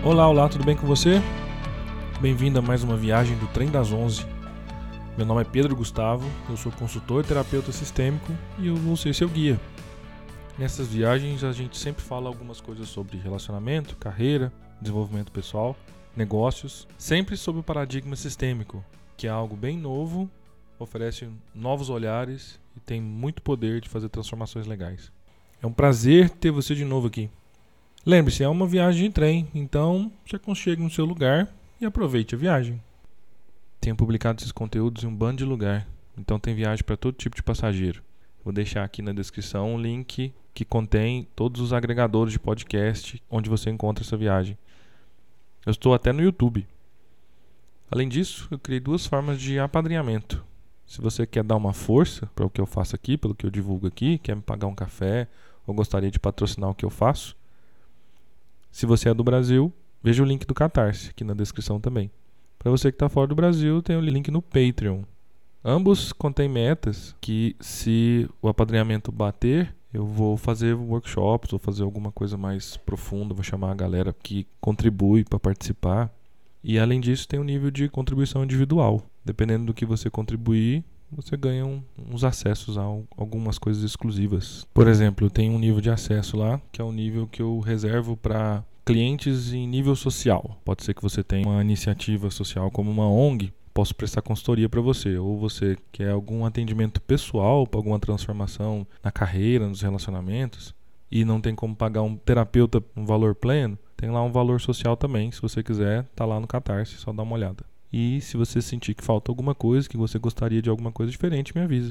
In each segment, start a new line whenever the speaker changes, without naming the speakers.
Olá, tudo bem com você? Bem-vindo a mais uma viagem do Trem das 11. Meu nome é Pedro Gustavo, eu sou consultor e terapeuta sistêmico e eu vou ser seu guia. Nessas viagens a gente sempre fala algumas coisas sobre relacionamento, carreira, desenvolvimento pessoal, negócios, sempre sob o paradigma sistêmico, que é algo bem novo, oferece novos olhares e tem muito poder de fazer transformações legais. É um prazer ter você de novo aqui. Lembre-se, é uma viagem de trem, então se aconchegue no seu lugar e aproveite a viagem. Tenho publicado esses conteúdos em um bando de lugar, então tem viagem para todo tipo de passageiro. Vou deixar aqui na descrição um link que contém todos os agregadores de podcast onde você encontra essa viagem. Eu estou até no YouTube. Além disso, eu criei 2 formas de apadrinhamento. Se você quer dar uma força para o que eu faço aqui, pelo que eu divulgo aqui, quer me pagar um café ou gostaria de patrocinar o que eu faço, se você é do Brasil, veja o link do Catarse aqui na descrição também. Para você que está fora do Brasil, tem o link no Patreon. Ambos contêm metas que, se o apadrinhamento bater, eu vou fazer workshops, vou fazer alguma coisa mais profunda, vou chamar a galera que contribui para participar. E além disso, tem um nível de contribuição individual. Dependendo do que você contribuir, você ganha uns acessos a algumas coisas exclusivas. Por exemplo, tem um nível de acesso lá, que é um nível que eu reservo para clientes em nível social. Pode ser que você tenha uma iniciativa social como uma ONG, posso prestar consultoria para você. Ou você quer algum atendimento pessoal para alguma transformação na carreira, nos relacionamentos, e não tem como pagar um terapeuta um valor pleno, tem lá um valor social também. Se você quiser, tá lá no Catarse, só dá uma olhada. E se você sentir que falta alguma coisa, que você gostaria de alguma coisa diferente, me avisa.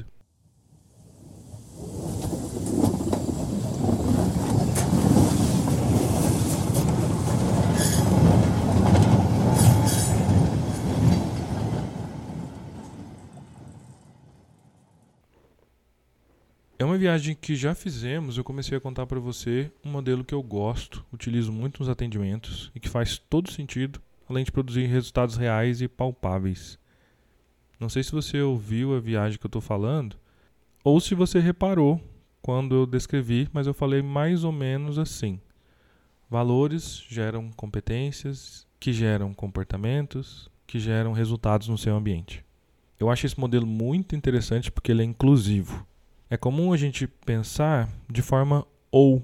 É uma viagem que já fizemos, eu comecei a contar para você um modelo que eu gosto, utilizo muito nos atendimentos e que faz todo sentido, além de produzir resultados reais e palpáveis. Não sei se você ouviu a viagem que eu estou falando, ou se você reparou quando eu descrevi, mas eu falei mais ou menos assim. Valores geram competências, que geram comportamentos, que geram resultados no seu ambiente. Eu acho esse modelo muito interessante porque ele é inclusivo. É comum a gente pensar de forma ou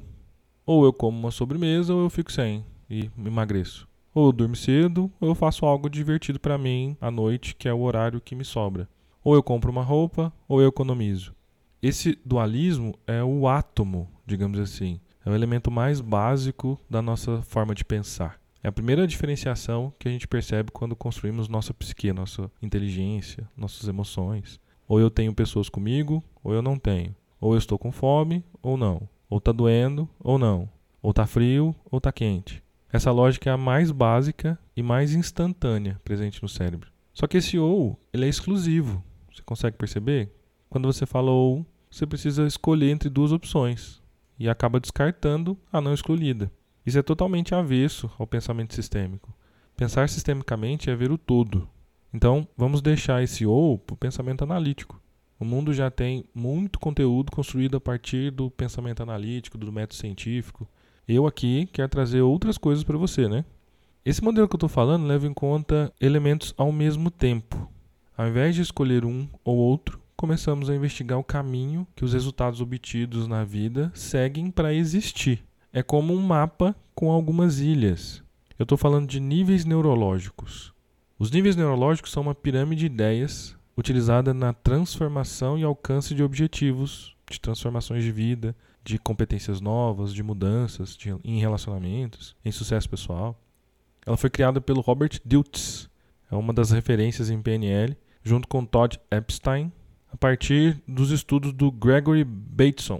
eu como uma sobremesa ou eu fico sem e me emagreço. Ou eu durmo cedo, ou eu faço algo divertido para mim à noite, que é o horário que me sobra. Ou eu compro uma roupa, ou eu economizo. Esse dualismo é o átomo, digamos assim. É o elemento mais básico da nossa forma de pensar. É a primeira diferenciação que a gente percebe quando construímos nossa psique, nossa inteligência, nossas emoções. Ou eu tenho pessoas comigo, ou eu não tenho. Ou eu estou com fome, ou não. Ou está doendo, ou não. Ou está frio, ou está quente. Essa lógica é a mais básica e mais instantânea presente no cérebro. Só que esse ou, ele é exclusivo. Você consegue perceber? Quando você fala ou, você precisa escolher entre 2 opções e acaba descartando a não escolhida. Isso é totalmente avesso ao pensamento sistêmico. Pensar sistemicamente é ver o todo. Então, vamos deixar esse ou para o pensamento analítico. O mundo já tem muito conteúdo construído a partir do pensamento analítico, do método científico. Eu aqui quero trazer outras coisas para você, né? Esse modelo que eu estou falando leva em conta elementos ao mesmo tempo. Ao invés de escolher um ou outro, começamos a investigar o caminho que os resultados obtidos na vida seguem para existir. É como um mapa com algumas ilhas. Eu estou falando de níveis neurológicos. Os níveis neurológicos são uma pirâmide de ideias utilizada na transformação e alcance de objetivos, de transformações de vida, de competências novas, de mudanças em relacionamentos, em sucesso pessoal. Ela foi criada pelo Robert Dilts, é uma das referências em PNL, junto com Todd Epstein, a partir dos estudos do Gregory Bateson.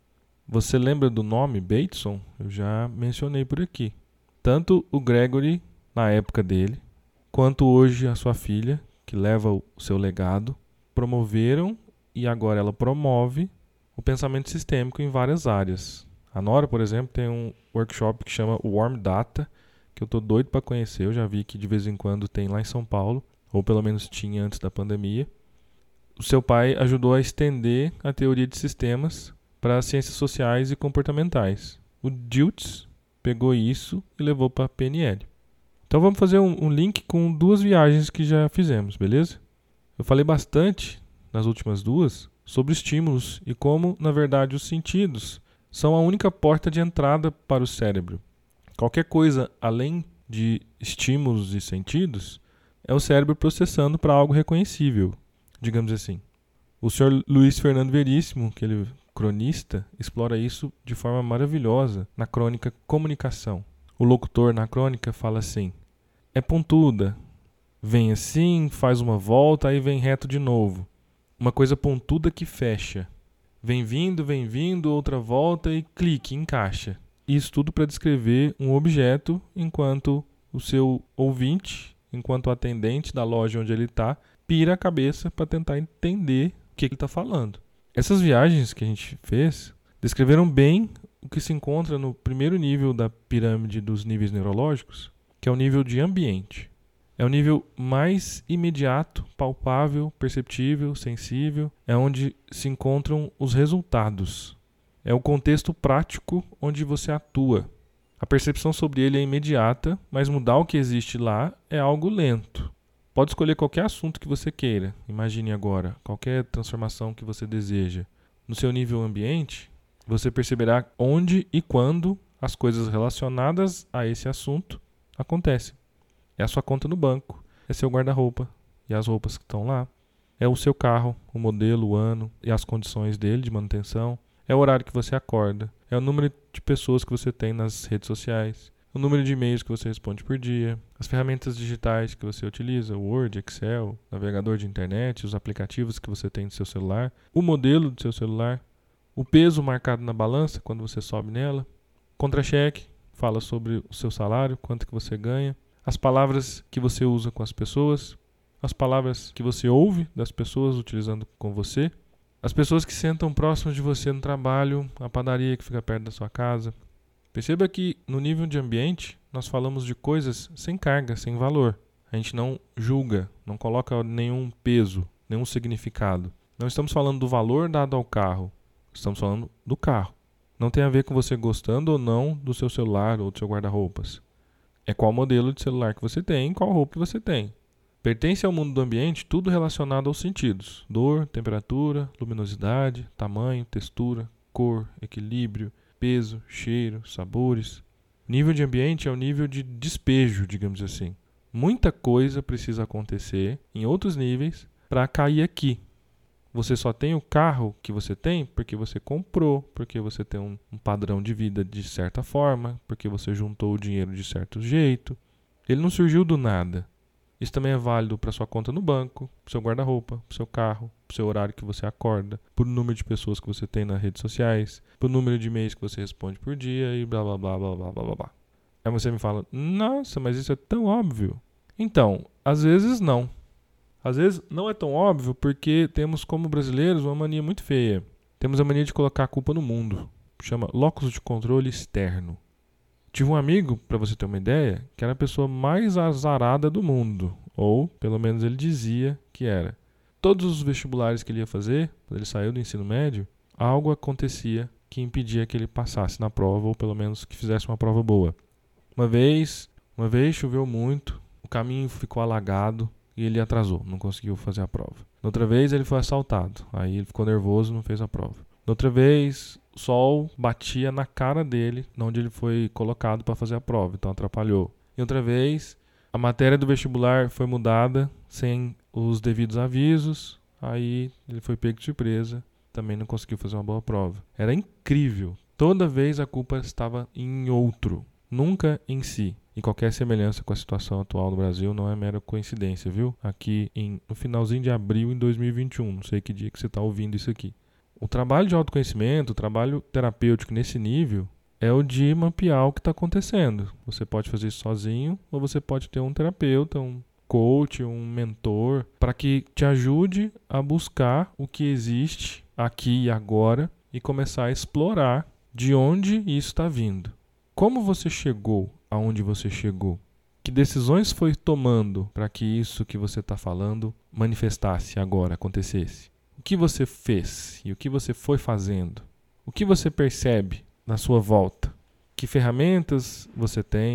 Você lembra do nome Bateson? Eu já mencionei por aqui. Tanto o Gregory, na época dele, quanto hoje a sua filha, que leva o seu legado, promoveram e agora ela promove o pensamento sistêmico em várias áreas. A Nora, por exemplo, tem um workshop que chama Warm Data, que eu estou doido para conhecer. Eu já vi que de vez em quando tem lá em São Paulo, ou pelo menos tinha antes da pandemia. O seu pai ajudou a estender a teoria de sistemas para as ciências sociais e comportamentais. O Dilts pegou isso e levou para a PNL. Então vamos fazer um link com 2 viagens que já fizemos, beleza? Eu falei bastante nas últimas 2 sobre estímulos e como, na verdade, os sentidos são a única porta de entrada para o cérebro. Qualquer coisa além de estímulos e sentidos é o cérebro processando para algo reconhecível, digamos assim. O senhor Luiz Fernando Veríssimo, que ele é cronista, explora isso de forma maravilhosa na crônica Comunicação. O locutor na crônica fala assim: é pontuda, vem assim, faz uma volta, aí vem reto de novo. Uma coisa pontuda que fecha. Vem vindo, outra volta e clique, encaixa. Isso tudo para descrever um objeto enquanto o seu ouvinte, enquanto o atendente da loja onde ele está, pira a cabeça para tentar entender o que ele está falando. Essas viagens que a gente fez descreveram bem o que se encontra no primeiro nível da pirâmide dos níveis neurológicos, que é o nível de ambiente. É o nível mais imediato, palpável, perceptível, sensível. É onde se encontram os resultados. É o contexto prático onde você atua. A percepção sobre ele é imediata, mas mudar o que existe lá é algo lento. Pode escolher qualquer assunto que você queira. Imagine agora, qualquer transformação que você deseja. No seu nível ambiente, você perceberá onde e quando as coisas relacionadas a esse assunto acontecem. É a sua conta no banco, é seu guarda-roupa e as roupas que estão lá. É o seu carro, o modelo, o ano e as condições dele de manutenção. É o horário que você acorda. É o número de pessoas que você tem nas redes sociais. O número de e-mails que você responde por dia. As ferramentas digitais que você utiliza, o Word, Excel, navegador de internet, os aplicativos que você tem no seu celular. O modelo do seu celular. O peso marcado na balança quando você sobe nela. Contra-cheque, fala sobre o seu salário, quanto que você ganha. As palavras que você usa com as pessoas. As palavras que você ouve das pessoas utilizando com você. As pessoas que sentam próximas de você no trabalho, a padaria que fica perto da sua casa. Perceba que no nível de ambiente nós falamos de coisas sem carga, sem valor. A gente não julga, não coloca nenhum peso, nenhum significado. Não estamos falando do valor dado ao carro, estamos falando do carro. Não tem a ver com você gostando ou não do seu celular ou do seu guarda-roupas. É qual modelo de celular que você tem, qual roupa que você tem. Pertence ao mundo do ambiente tudo relacionado aos sentidos. Dor, temperatura, luminosidade, tamanho, textura, cor, equilíbrio, peso, cheiro, sabores. Nível de ambiente é o nível de despejo, digamos assim. Muita coisa precisa acontecer em outros níveis para cair aqui. Você só tem o carro que você tem porque você comprou, porque você tem um padrão de vida de certa forma, porque você juntou o dinheiro de certo jeito. Ele não surgiu do nada. Isso também é válido para sua conta no banco, para seu guarda-roupa, para seu carro, para o seu horário que você acorda, para o número de pessoas que você tem nas redes sociais, para o número de e-mails que você responde por dia e blá blá blá blá blá blá blá blá. Aí você me fala, nossa, mas isso é tão óbvio. Então, às vezes não. Às vezes não é tão óbvio porque temos como brasileiros uma mania muito feia. Temos a mania de colocar a culpa no mundo. Chama locus de controle externo. Tive um amigo, para você ter uma ideia, que era a pessoa mais azarada do mundo. Ou, pelo menos ele dizia que era. Todos os vestibulares que ele ia fazer, quando ele saiu do ensino médio, algo acontecia que impedia que ele passasse na prova, ou pelo menos que fizesse uma prova boa. Uma vez choveu muito, o caminho ficou alagado e ele atrasou, não conseguiu fazer a prova. Outra vez ele foi assaltado, aí ele ficou nervoso e não fez a prova. Outra vez, o sol batia na cara dele, onde ele foi colocado para fazer a prova, então atrapalhou. E outra vez, a matéria do vestibular foi mudada sem os devidos avisos, aí ele foi pego de surpresa, também não conseguiu fazer uma boa prova. Era incrível, toda vez a culpa estava em outro, nunca em si. E qualquer semelhança com a situação atual do Brasil não é mera coincidência, viu? Aqui no finalzinho de abril em 2021, não sei que dia que você está ouvindo isso aqui. O trabalho de autoconhecimento, o trabalho terapêutico nesse nível é o de mapear o que está acontecendo. Você pode fazer isso sozinho ou você pode ter um terapeuta, um coach, um mentor, para que te ajude a buscar o que existe aqui e agora e começar a explorar de onde isso está vindo. Como você chegou aonde você chegou? Que decisões foi tomando para que isso que você está falando manifestasse agora, acontecesse? O que você fez e o que você foi fazendo? O que você percebe na sua volta? Que ferramentas você tem?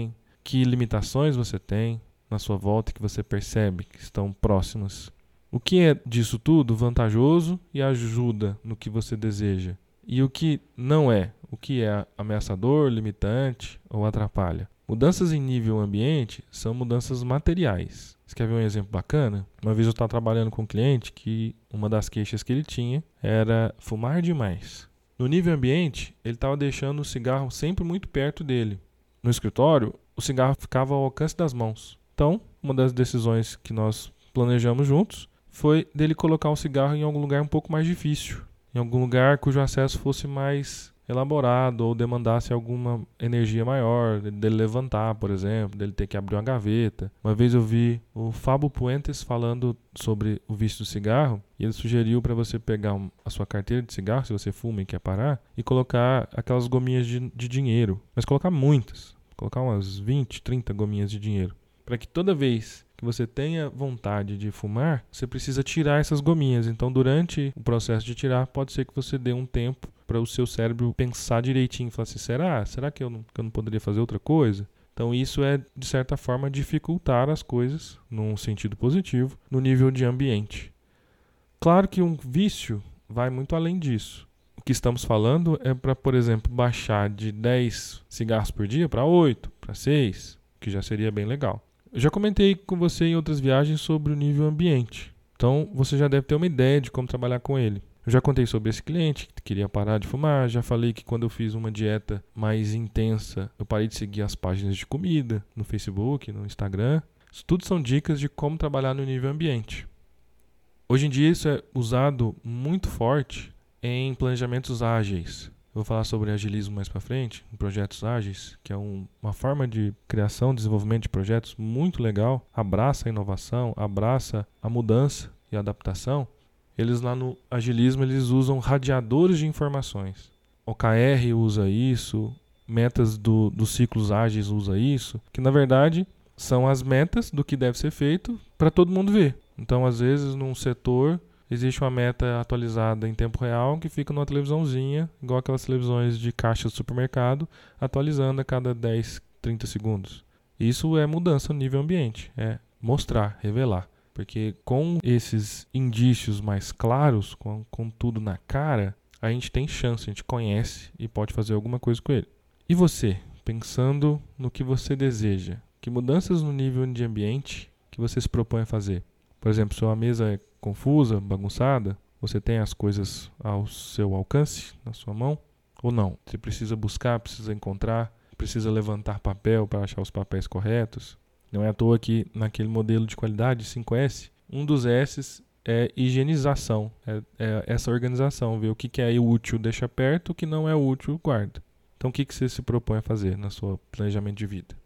que limitações você tem na sua volta que você percebe que estão próximas. O que é disso tudo vantajoso e ajuda no que você deseja? E o que não é? O que é ameaçador, limitante ou atrapalha? Mudanças em nível ambiente são mudanças materiais. Você quer ver um exemplo bacana? Uma vez eu estava trabalhando com um cliente que uma das queixas que ele tinha era fumar demais. No nível ambiente, ele estava deixando o cigarro sempre muito perto dele. No escritório, o cigarro ficava ao alcance das mãos. Então, uma das decisões que nós planejamos juntos foi dele colocar o cigarro em algum lugar um pouco mais difícil, em algum lugar cujo acesso fosse mais elaborado ou demandasse alguma energia maior, dele levantar, por exemplo, dele ter que abrir uma gaveta. Uma vez eu vi o Fábio Puentes falando sobre o vício do cigarro e ele sugeriu para você pegar a sua carteira de cigarro, se você fuma e quer parar, e colocar aquelas gominhas de dinheiro, mas colocar muitas, colocar umas 20, 30 gominhas de dinheiro, para que toda vez que você tenha vontade de fumar, você precisa tirar essas gominhas. Então, durante o processo de tirar, pode ser que você dê um tempo para o seu cérebro pensar direitinho e falar assim, será que eu não poderia fazer outra coisa? Então, isso é, de certa forma, dificultar as coisas, num sentido positivo, no nível de ambiente. Claro que um vício vai muito além disso. O que estamos falando é para, por exemplo, baixar de 10 cigarros por dia para 8, para 6, que já seria bem legal. Eu já comentei com você em outras viagens sobre o nível ambiente, então você já deve ter uma ideia de como trabalhar com ele. Eu já contei sobre esse cliente que queria parar de fumar, já falei que quando eu fiz uma dieta mais intensa, eu parei de seguir as páginas de comida no Facebook, no Instagram. Isso tudo são dicas de como trabalhar no nível ambiente. Hoje em dia isso é usado muito forte em planejamentos ágeis. Eu vou falar sobre agilismo mais para frente, em projetos ágeis, que é uma forma de criação e desenvolvimento de projetos muito legal, abraça a inovação, abraça a mudança e a adaptação. Eles lá no agilismo eles usam radiadores de informações. OKR usa isso, metas dos ciclos ágeis usa isso, que na verdade são as metas do que deve ser feito para todo mundo ver. Então, às vezes, num setor existe uma meta atualizada em tempo real que fica numa televisãozinha, igual aquelas televisões de caixa de supermercado, atualizando a cada 10, 30 segundos. Isso é mudança no nível ambiente, é mostrar, revelar. Porque com esses indícios mais claros, com tudo na cara, a gente tem chance, a gente conhece e pode fazer alguma coisa com ele. E você, pensando no que você deseja, que mudanças no nível de ambiente que você se propõe a fazer? Por exemplo, sua mesa é confusa, bagunçada, você tem as coisas ao seu alcance, na sua mão, ou não? Você precisa buscar, precisa encontrar, precisa levantar papel para achar os papéis corretos. Não é à toa que naquele modelo de qualidade 5S, um dos S's é higienização, é essa organização, ver o que é útil deixa perto, o que não é útil guarda. Então o que você se propõe a fazer no seu planejamento de vida?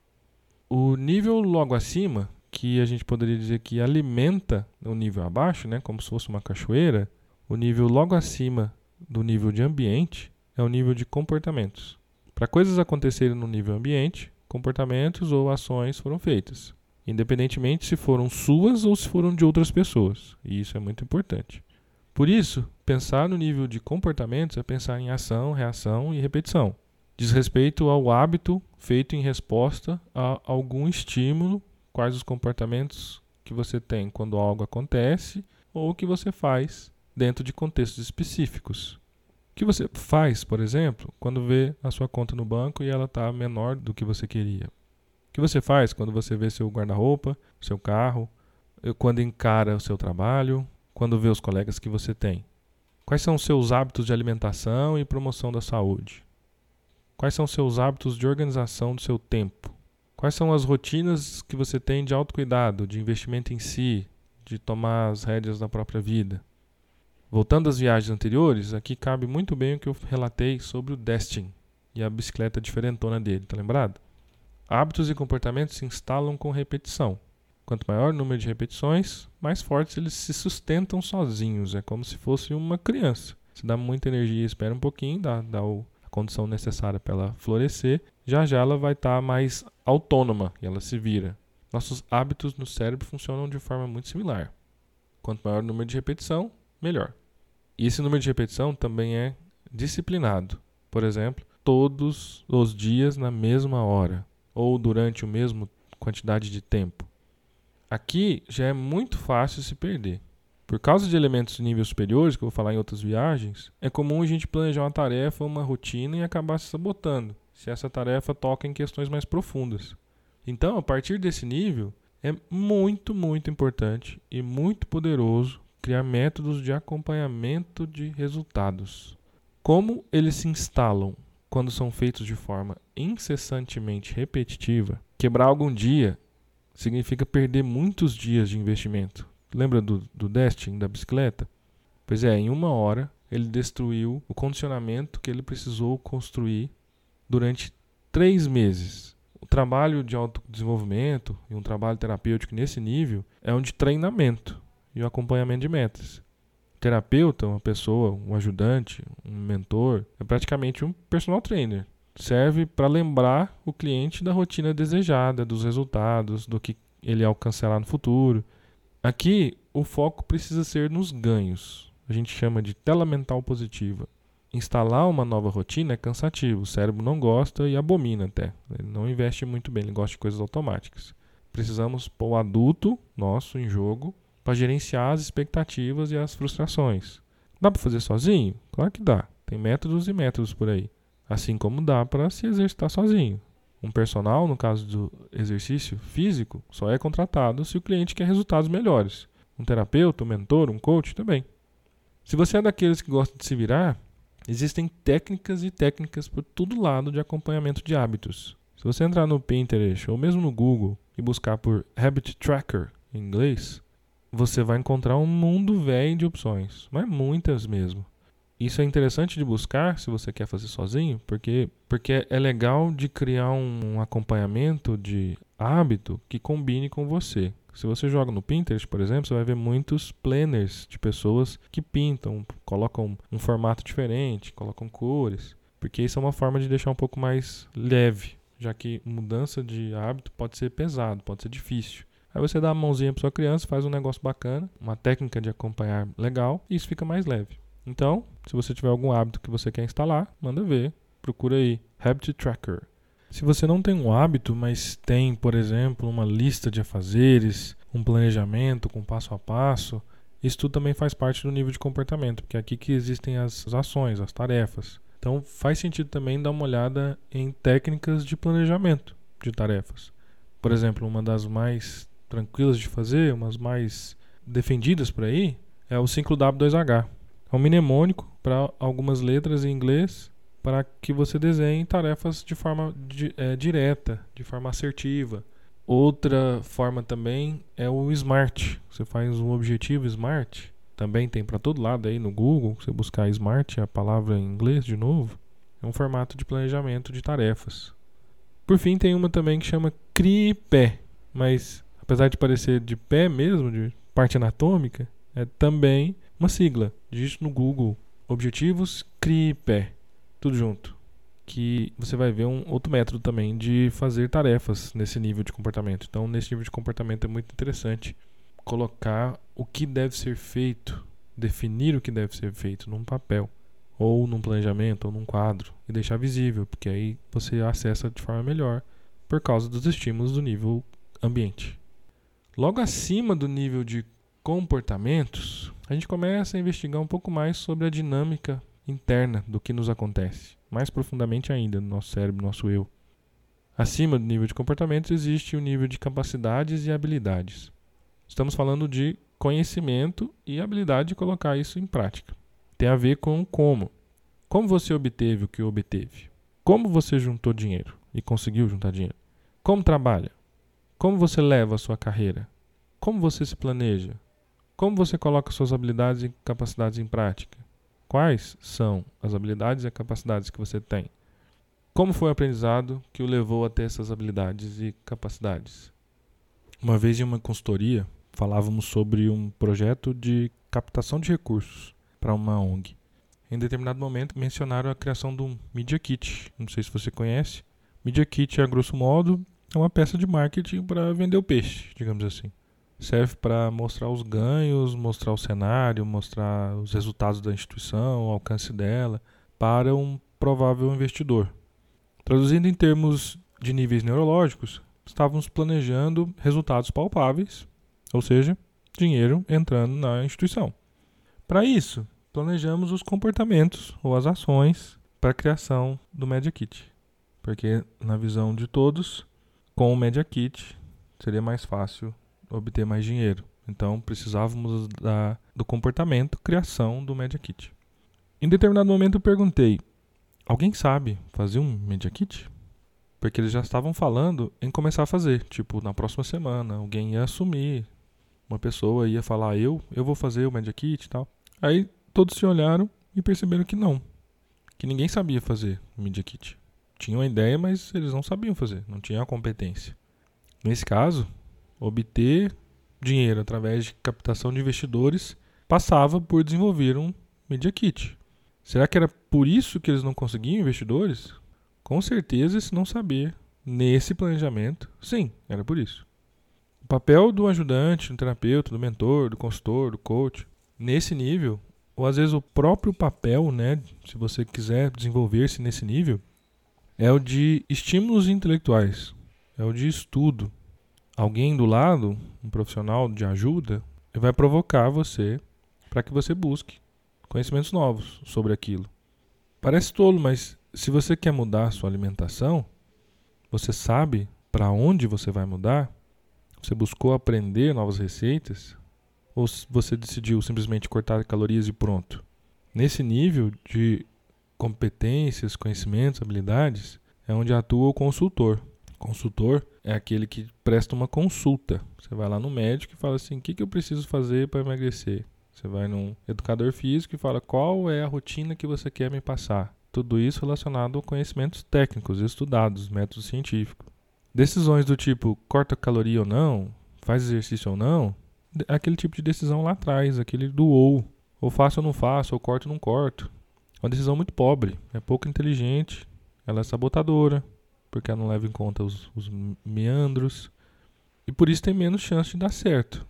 O nível logo acima, que a gente poderia dizer que alimenta o nível abaixo, né, como se fosse uma cachoeira, o nível logo acima do nível de ambiente é o nível de comportamentos. Para coisas acontecerem no nível ambiente, comportamentos ou ações foram feitas, independentemente se foram suas ou se foram de outras pessoas. E isso é muito importante. Por isso, pensar no nível de comportamentos é pensar em ação, reação e repetição. Diz respeito ao hábito feito em resposta a algum estímulo, quais os comportamentos que você tem quando algo acontece ou que você faz dentro de contextos específicos. O que você faz, por exemplo, quando vê a sua conta no banco e ela está menor do que você queria? O que você faz quando você vê seu guarda-roupa, seu carro, quando encara o seu trabalho, quando vê os colegas que você tem? Quais são os seus hábitos de alimentação e promoção da saúde? Quais são os seus hábitos de organização do seu tempo? Quais são as rotinas que você tem de autocuidado, de investimento em si, de tomar as rédeas da própria vida? Voltando às viagens anteriores, aqui cabe muito bem o que eu relatei sobre o Destin e a bicicleta diferentona dele, tá lembrado? Hábitos e comportamentos se instalam com repetição. Quanto maior o número de repetições, mais fortes eles se sustentam sozinhos. É como se fosse uma criança. Se dá muita energia, espera um pouquinho, dá a condição necessária para ela florescer, já ela vai estar mais autônoma e ela se vira. Nossos hábitos no cérebro funcionam de forma muito similar. Quanto maior o número de repetição, melhor. E esse número de repetição também é disciplinado. Por exemplo, todos os dias na mesma hora. ou durante o mesmo quantidade de tempo. Aqui já é muito fácil se perder. Por causa de elementos de níveis superiores, que eu vou falar em outras viagens, é comum a gente planejar uma tarefa, uma rotina e acabar se sabotando, se essa tarefa toca em questões mais profundas. Então, a partir desse nível, é muito, muito importante e muito poderoso criar métodos de acompanhamento de resultados. Como eles se instalam quando são feitos de forma incessantemente repetitiva, quebrar algum dia significa perder muitos dias de investimento. Lembra do Destin, da bicicleta? Pois é, em 1 hora ele destruiu o condicionamento que ele precisou construir durante 3 meses. O trabalho de autodesenvolvimento e um trabalho terapêutico nesse nível é um de treinamento e o acompanhamento de metas. O terapeuta, uma pessoa, um ajudante, um mentor, é praticamente um personal trainer. Serve para lembrar o cliente da rotina desejada, dos resultados, do que ele alcançará no futuro. Aqui, o foco precisa ser nos ganhos. A gente chama de tela mental positiva. Instalar uma nova rotina é cansativo. O cérebro não gosta e abomina até. Ele não investe muito bem, ele gosta de coisas automáticas. Precisamos pôr o adulto nosso em jogo para gerenciar as expectativas e as frustrações. Dá para fazer sozinho? Claro que dá. Tem métodos e métodos por aí. Assim como dá para se exercitar sozinho. Um personal, no caso do exercício físico, só é contratado se o cliente quer resultados melhores. Um terapeuta, um mentor, um coach também. Se você é daqueles que gosta de se virar, existem técnicas e técnicas por todo lado de acompanhamento de hábitos. Se você entrar no Pinterest ou mesmo no Google e buscar por Habit Tracker em inglês, você vai encontrar um mundo velho de opções, mas muitas mesmo. Isso é interessante de buscar se você quer fazer sozinho, porque é legal de criar um acompanhamento de hábito que combine com você. Se você joga no Pinterest, por exemplo, você vai ver muitos planners de pessoas que pintam, colocam um formato diferente, colocam cores, porque isso é uma forma de deixar um pouco mais leve, já que mudança de hábito pode ser pesado, pode ser difícil. Aí você dá a mãozinha para sua criança, faz um negócio bacana, uma técnica de acompanhar legal, e isso fica mais leve. Então, se você tiver algum hábito que você quer instalar, manda ver, procura aí, Habit Tracker. Se você não tem um hábito, mas tem, por exemplo, uma lista de afazeres, um planejamento com passo a passo, isso tudo também faz parte do nível de comportamento, porque é aqui que existem as ações, as tarefas. Então, faz sentido também dar uma olhada em técnicas de planejamento de tarefas. Por exemplo, uma das mais tranquilas de fazer, umas mais defendidas por aí, é o ciclo W2H. É um mnemônico para algumas letras em inglês para que você desenhe tarefas de forma direta, de forma assertiva. Outra forma também é o SMART. Você faz um objetivo SMART, também tem para todo lado aí no Google, você buscar SMART, a palavra em inglês de novo, é um formato de planejamento de tarefas. Por fim, tem uma também que chama CRI-PE, mas apesar de parecer de pé mesmo, de parte anatômica, é também uma sigla. Digite no Google Objetivos CRI-PE, tudo junto, que você vai ver um outro método também de fazer tarefas nesse nível de comportamento. Então, nesse nível de comportamento é muito interessante colocar o que deve ser feito, definir o que deve ser feito num papel, ou num planejamento, ou num quadro, e deixar visível, porque aí você acessa de forma melhor por causa dos estímulos do nível ambiente. Logo acima do nível de comportamentos, a gente começa a investigar um pouco mais sobre a dinâmica interna do que nos acontece, mais profundamente ainda no nosso cérebro, no nosso eu. Acima do nível de comportamentos existe o nível de capacidades e habilidades. Estamos falando de conhecimento e habilidade de colocar isso em prática. Tem a ver com como. Como você obteve o que obteve? Como você juntou dinheiro e conseguiu juntar dinheiro? Como trabalha? Como você leva a sua carreira? Como você se planeja? Como você coloca suas habilidades e capacidades em prática? Quais são as habilidades e capacidades que você tem? Como foi o aprendizado que o levou a ter essas habilidades e capacidades? Uma vez em uma consultoria, falávamos sobre um projeto de captação de recursos para uma ONG. Em determinado momento mencionaram a criação de um Media Kit. Não sei se você conhece. Media Kit, a grosso modo, é uma peça de marketing para vender o peixe, digamos assim. Serve para mostrar os ganhos, mostrar o cenário, mostrar os resultados da instituição, o alcance dela, para um provável investidor. Traduzindo em termos de níveis neurológicos, estávamos planejando resultados palpáveis, ou seja, dinheiro entrando na instituição. Para isso, planejamos os comportamentos ou as ações para a criação do Media Kit. Porque, na visão de todos, com o Media Kit seria mais fácil obter mais dinheiro. Então, precisávamos do comportamento, criação do Media Kit. Em determinado momento, eu perguntei: alguém sabe fazer um Media Kit? Porque eles já estavam falando em começar a fazer. Tipo, na próxima semana, alguém ia assumir. Uma pessoa ia falar: eu vou fazer o Media Kit e tal. Aí, todos se olharam e perceberam que não. Que ninguém sabia fazer o Media Kit. Tinham a ideia, mas eles não sabiam fazer. Não tinham a competência. Nesse caso, obter dinheiro através de captação de investidores passava por desenvolver um Media Kit. Será que era por isso que eles não conseguiam investidores? Com certeza, se não saber nesse planejamento, sim, era por isso. O papel do ajudante, do terapeuta, do mentor, do consultor, do coach, nesse nível, ou às vezes o próprio papel, né, se você quiser desenvolver-se nesse nível, é o de estímulos intelectuais, é o de estudo. Alguém do lado, um profissional de ajuda, vai provocar você para que você busque conhecimentos novos sobre aquilo. Parece tolo, mas se você quer mudar a sua alimentação, você sabe para onde você vai mudar? Você buscou aprender novas receitas? Ou você decidiu simplesmente cortar calorias e pronto? Nesse nível de competências, conhecimentos, habilidades, é onde atua o consultor. O consultor é aquele que presta uma consulta. Você vai lá no médico e fala assim: o que eu preciso fazer para emagrecer? Você vai num educador físico e fala: qual é a rotina que você quer me passar? Tudo isso relacionado a conhecimentos técnicos, estudados, método científico. Decisões do tipo corta caloria ou não, faz exercício ou não, aquele tipo de decisão lá atrás, aquele do ou faço ou não faço, ou corto ou não corto. É uma decisão muito pobre, é pouco inteligente, ela é sabotadora, porque ela não leva em conta os meandros, e por isso tem menos chance de dar certo,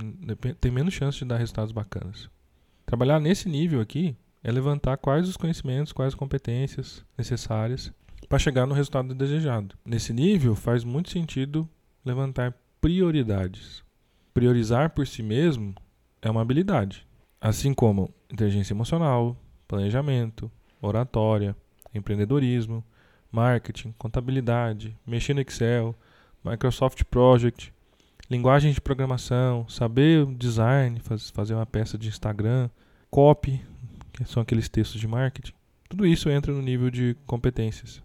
tem menos chance de dar resultados bacanas. Trabalhar nesse nível aqui é levantar quais os conhecimentos, quais as competências necessárias para chegar no resultado desejado. Nesse nível faz muito sentido levantar prioridades. Priorizar por si mesmo é uma habilidade, assim como inteligência emocional, planejamento, oratória, empreendedorismo, marketing, contabilidade, mexer no Excel, Microsoft Project, linguagem de programação, saber design, fazer uma peça de Instagram, copy, que são aqueles textos de marketing. Tudo isso entra no nível de competências.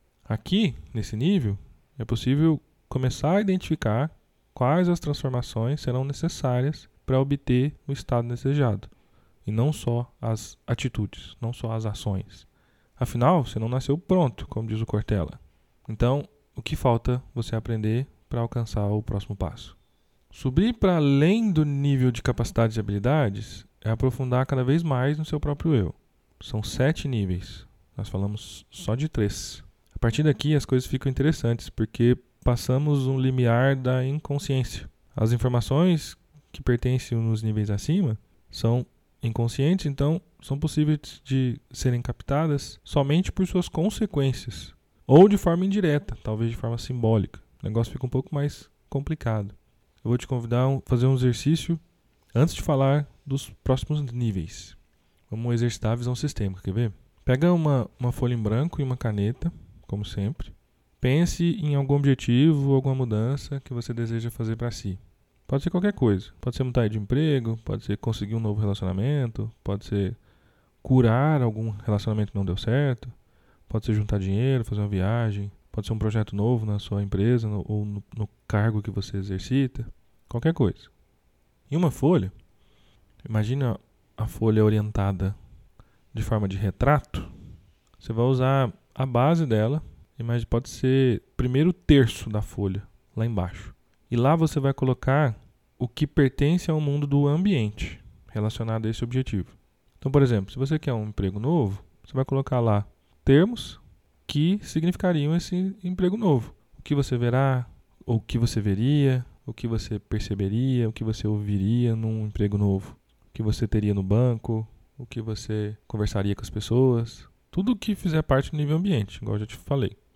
Aqui, nesse nível, é possível começar a identificar quais as transformações serão necessárias para obter o estado desejado. E não só as atitudes, não só as ações. Afinal, você não nasceu pronto, como diz o Cortella. Então, o que falta você aprender para alcançar o próximo passo? Subir para além do nível de capacidades e habilidades é aprofundar cada vez mais no seu próprio eu. São 7 níveis. Nós falamos só de 3. A partir daqui as coisas ficam interessantes, porque passamos um limiar da inconsciência. As informações que pertencem nos níveis acima são inconscientes, então são possíveis de serem captadas somente por suas consequências, ou de forma indireta, talvez de forma simbólica. O negócio fica um pouco mais complicado. Eu vou te convidar a fazer um exercício antes de falar dos próximos níveis. Vamos exercitar a visão sistêmica, quer ver? Pega uma folha em branco e uma caneta, como sempre. Pense em algum objetivo ou alguma mudança que você deseja fazer para si. Pode ser qualquer coisa. Pode ser mudar de emprego, pode ser conseguir um novo relacionamento, pode ser curar algum relacionamento que não deu certo, pode ser juntar dinheiro, fazer uma viagem, pode ser um projeto novo na sua empresa ou no cargo que você exercita, qualquer coisa. Em uma folha, imagina a folha orientada de forma de retrato, você vai usar a base dela, mas pode ser primeiro terço da folha, lá embaixo. E lá você vai colocar o que pertence ao mundo do ambiente, relacionado a esse objetivo. Então, por exemplo, se você quer um emprego novo, você vai colocar lá termos que significariam esse emprego novo. O que você verá, ou o que você veria, o que você perceberia, o que você ouviria num emprego novo. O que você teria no banco, o que você conversaria com as pessoas. Tudo o que fizer parte do nível ambiente, igual eu já te falei.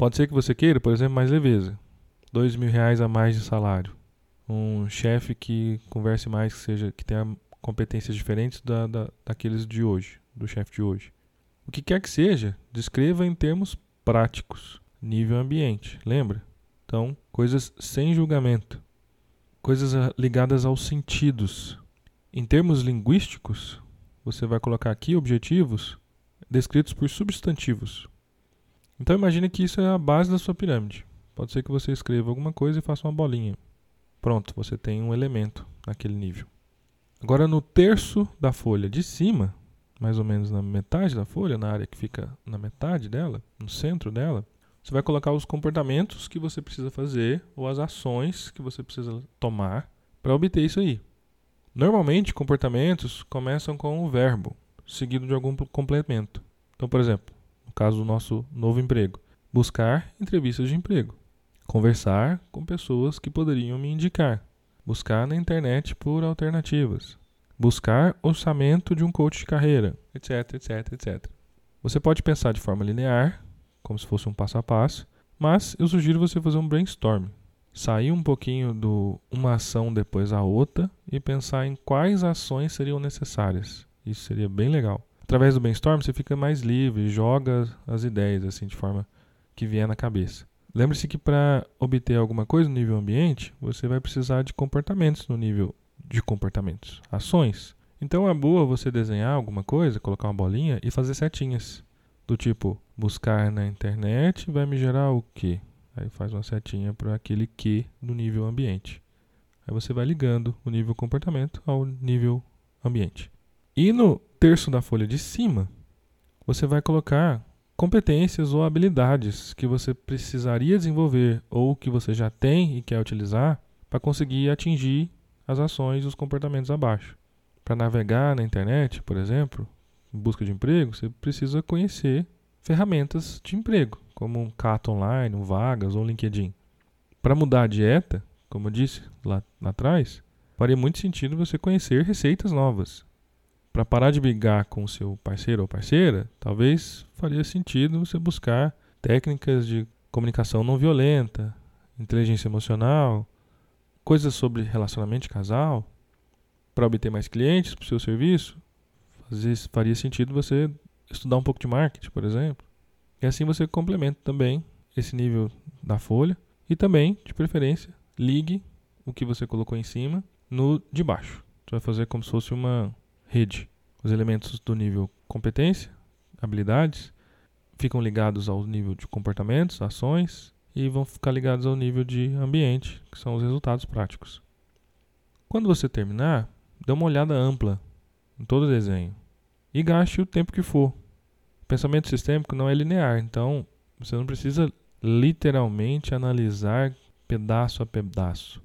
Pode ser que você queira, por exemplo, mais leveza. R$2.000 a mais de salário. Um chefe que converse mais, que tenha competências diferentes daqueles de hoje, do chefe de hoje. O que quer que seja, descreva em termos práticos. Nível ambiente, lembra? Então, coisas sem julgamento. Coisas ligadas aos sentidos. Em termos linguísticos, você vai colocar aqui objetivos descritos por substantivos. Então imagine que isso é a base da sua pirâmide. Pode ser que você escreva alguma coisa e faça uma bolinha. Pronto, você tem um elemento naquele nível. Agora no terço da folha de cima, mais ou menos na metade da folha, na área que fica na metade dela, no centro dela, você vai colocar os comportamentos que você precisa fazer ou as ações que você precisa tomar para obter isso aí. Normalmente, comportamentos começam com um verbo, seguido de algum complemento. Então, por exemplo, no caso do nosso novo emprego, buscar entrevistas de emprego, conversar com pessoas que poderiam me indicar, buscar na internet por alternativas, buscar orçamento de um coach de carreira, etc, etc, etc. Você pode pensar de forma linear, como se fosse um passo a passo, mas eu sugiro você fazer um brainstorm. Sair um pouquinho do uma ação depois a outra e pensar em quais ações seriam necessárias. Isso seria bem legal. Através do brainstorm você fica mais livre, joga as ideias assim de forma que vier na cabeça. Lembre-se que para obter alguma coisa no nível ambiente, você vai precisar de comportamentos no nível de comportamentos, ações. Então é boa você desenhar alguma coisa, colocar uma bolinha e fazer setinhas. Do tipo, buscar na internet vai me gerar o quê? Aí faz uma setinha para aquele que do nível ambiente. Aí você vai ligando o nível comportamento ao nível ambiente. E no terço da folha de cima, você vai colocar competências ou habilidades que você precisaria desenvolver ou que você já tem e quer utilizar para conseguir atingir as ações e os comportamentos abaixo. Para navegar na internet, por exemplo, em busca de emprego, você precisa conhecer ferramentas de emprego, como um Cato Online, um Vagas ou um LinkedIn. Para mudar a dieta, como eu disse lá atrás, faria muito sentido você conhecer receitas novas. Para parar de brigar com o seu parceiro ou parceira, talvez faria sentido você buscar técnicas de comunicação não violenta, inteligência emocional, coisas sobre relacionamento de casal. Para obter mais clientes para o seu serviço, às vezes faria sentido você estudar um pouco de marketing, por exemplo. E assim você complementa também esse nível da folha e também, de preferência, ligue o que você colocou em cima no de baixo. Você vai fazer como se fosse uma rede. Os elementos do nível competência, habilidades, ficam ligados ao nível de comportamentos, ações e vão ficar ligados ao nível de ambiente, que são os resultados práticos. Quando você terminar, dê uma olhada ampla em todo o desenho e gaste o tempo que for. O pensamento sistêmico não é linear, então você não precisa literalmente analisar pedaço a pedaço.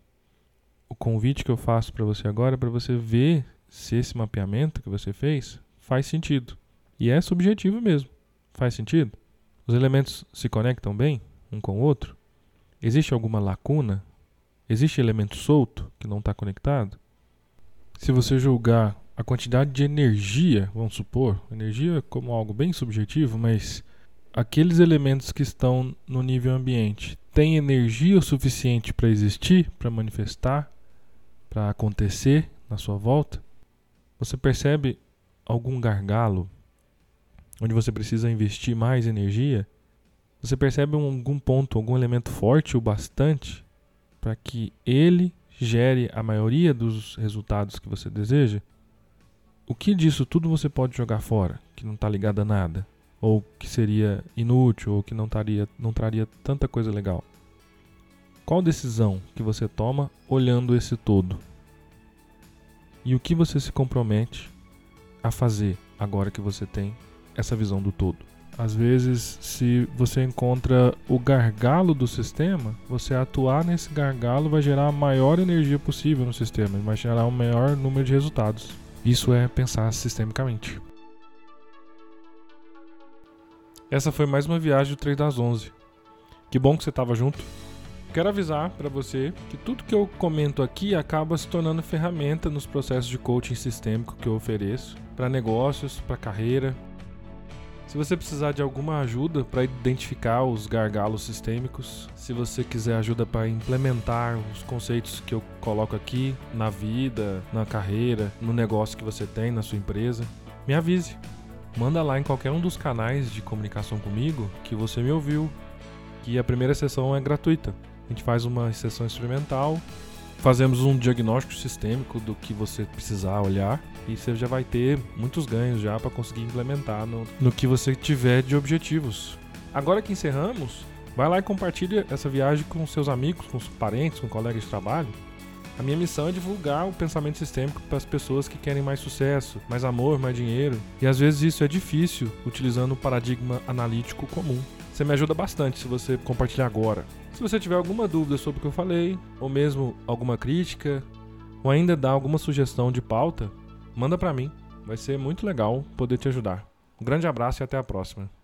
O convite que eu faço para você agora é para você ver se esse mapeamento que você fez faz sentido. E é subjetivo mesmo. Faz sentido? Os elementos se conectam bem um com o outro? Existe alguma lacuna? Existe elemento solto que não está conectado? Se você julgar a quantidade de energia, vamos supor, energia como algo bem subjetivo, mas aqueles elementos que estão no nível ambiente têm energia o suficiente para existir, para manifestar, para acontecer na sua volta? Você percebe algum gargalo onde você precisa investir mais energia? Você percebe algum ponto, algum elemento forte o bastante para que ele gere a maioria dos resultados que você deseja? O que disso tudo você pode jogar fora, que não está ligado a nada? Ou que seria inútil, ou que não traria tanta coisa legal? Qual decisão que você toma olhando esse todo? E o que você se compromete a fazer agora que você tem essa visão do todo? Às vezes, se você encontra o gargalo do sistema, você atuar nesse gargalo vai gerar a maior energia possível no sistema, vai gerar o maior número de resultados. Isso é pensar sistemicamente. Essa foi mais uma viagem do 3 das 11. Que bom que você estava junto. Quero avisar para você que tudo que eu comento aqui acaba se tornando ferramenta nos processos de coaching sistêmico que eu ofereço para negócios, para carreira. Se você precisar de alguma ajuda para identificar os gargalos sistêmicos, se você quiser ajuda para implementar os conceitos que eu coloco aqui na vida, na carreira, no negócio que você tem, na sua empresa, me avise. Manda lá em qualquer um dos canais de comunicação comigo que você me ouviu, que a primeira sessão é gratuita. A gente faz uma sessão experimental, fazemos um diagnóstico sistêmico do que você precisar olhar e você já vai ter muitos ganhos já para conseguir implementar no que você tiver de objetivos. Agora que encerramos, vai lá e compartilha essa viagem com seus amigos, com os parentes, com colegas de trabalho. A minha missão é divulgar o pensamento sistêmico para as pessoas que querem mais sucesso, mais amor, mais dinheiro. E às vezes isso é difícil utilizando o paradigma analítico comum. Você me ajuda bastante se você compartilhar agora. Se você tiver alguma dúvida sobre o que eu falei, ou mesmo alguma crítica, ou ainda dar alguma sugestão de pauta, manda para mim. Vai ser muito legal poder te ajudar. Um grande abraço e até a próxima.